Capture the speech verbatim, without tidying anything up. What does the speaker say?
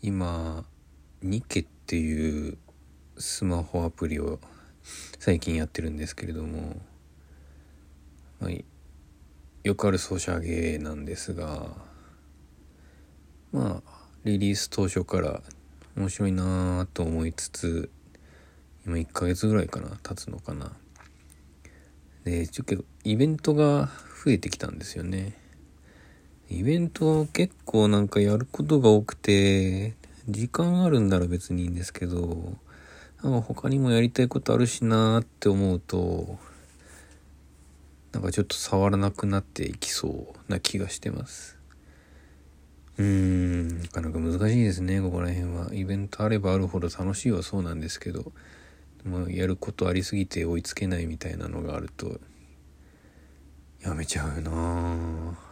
今ニケっていうスマホアプリを最近やってるんですけれども、まあ、よくあるソシャゲなんですが、まあリリース当初から面白いなと思いつつ、今いっかげつぐらいかな経つのかな。でちょっとイベントが増えてきたんですよね。イベント結構なんかやることが多くて、時間あるんなら別にいいんですけど、なんか他にもやりたいことあるしなーって思うと、なんかちょっと触らなくなっていきそうな気がしてます。うーん、なかなか難しいですね、ここら辺は。イベントあればあるほど楽しいはそうなんですけど、もうやることありすぎて追いつけないみたいなのがあるとやめちゃうなぁ。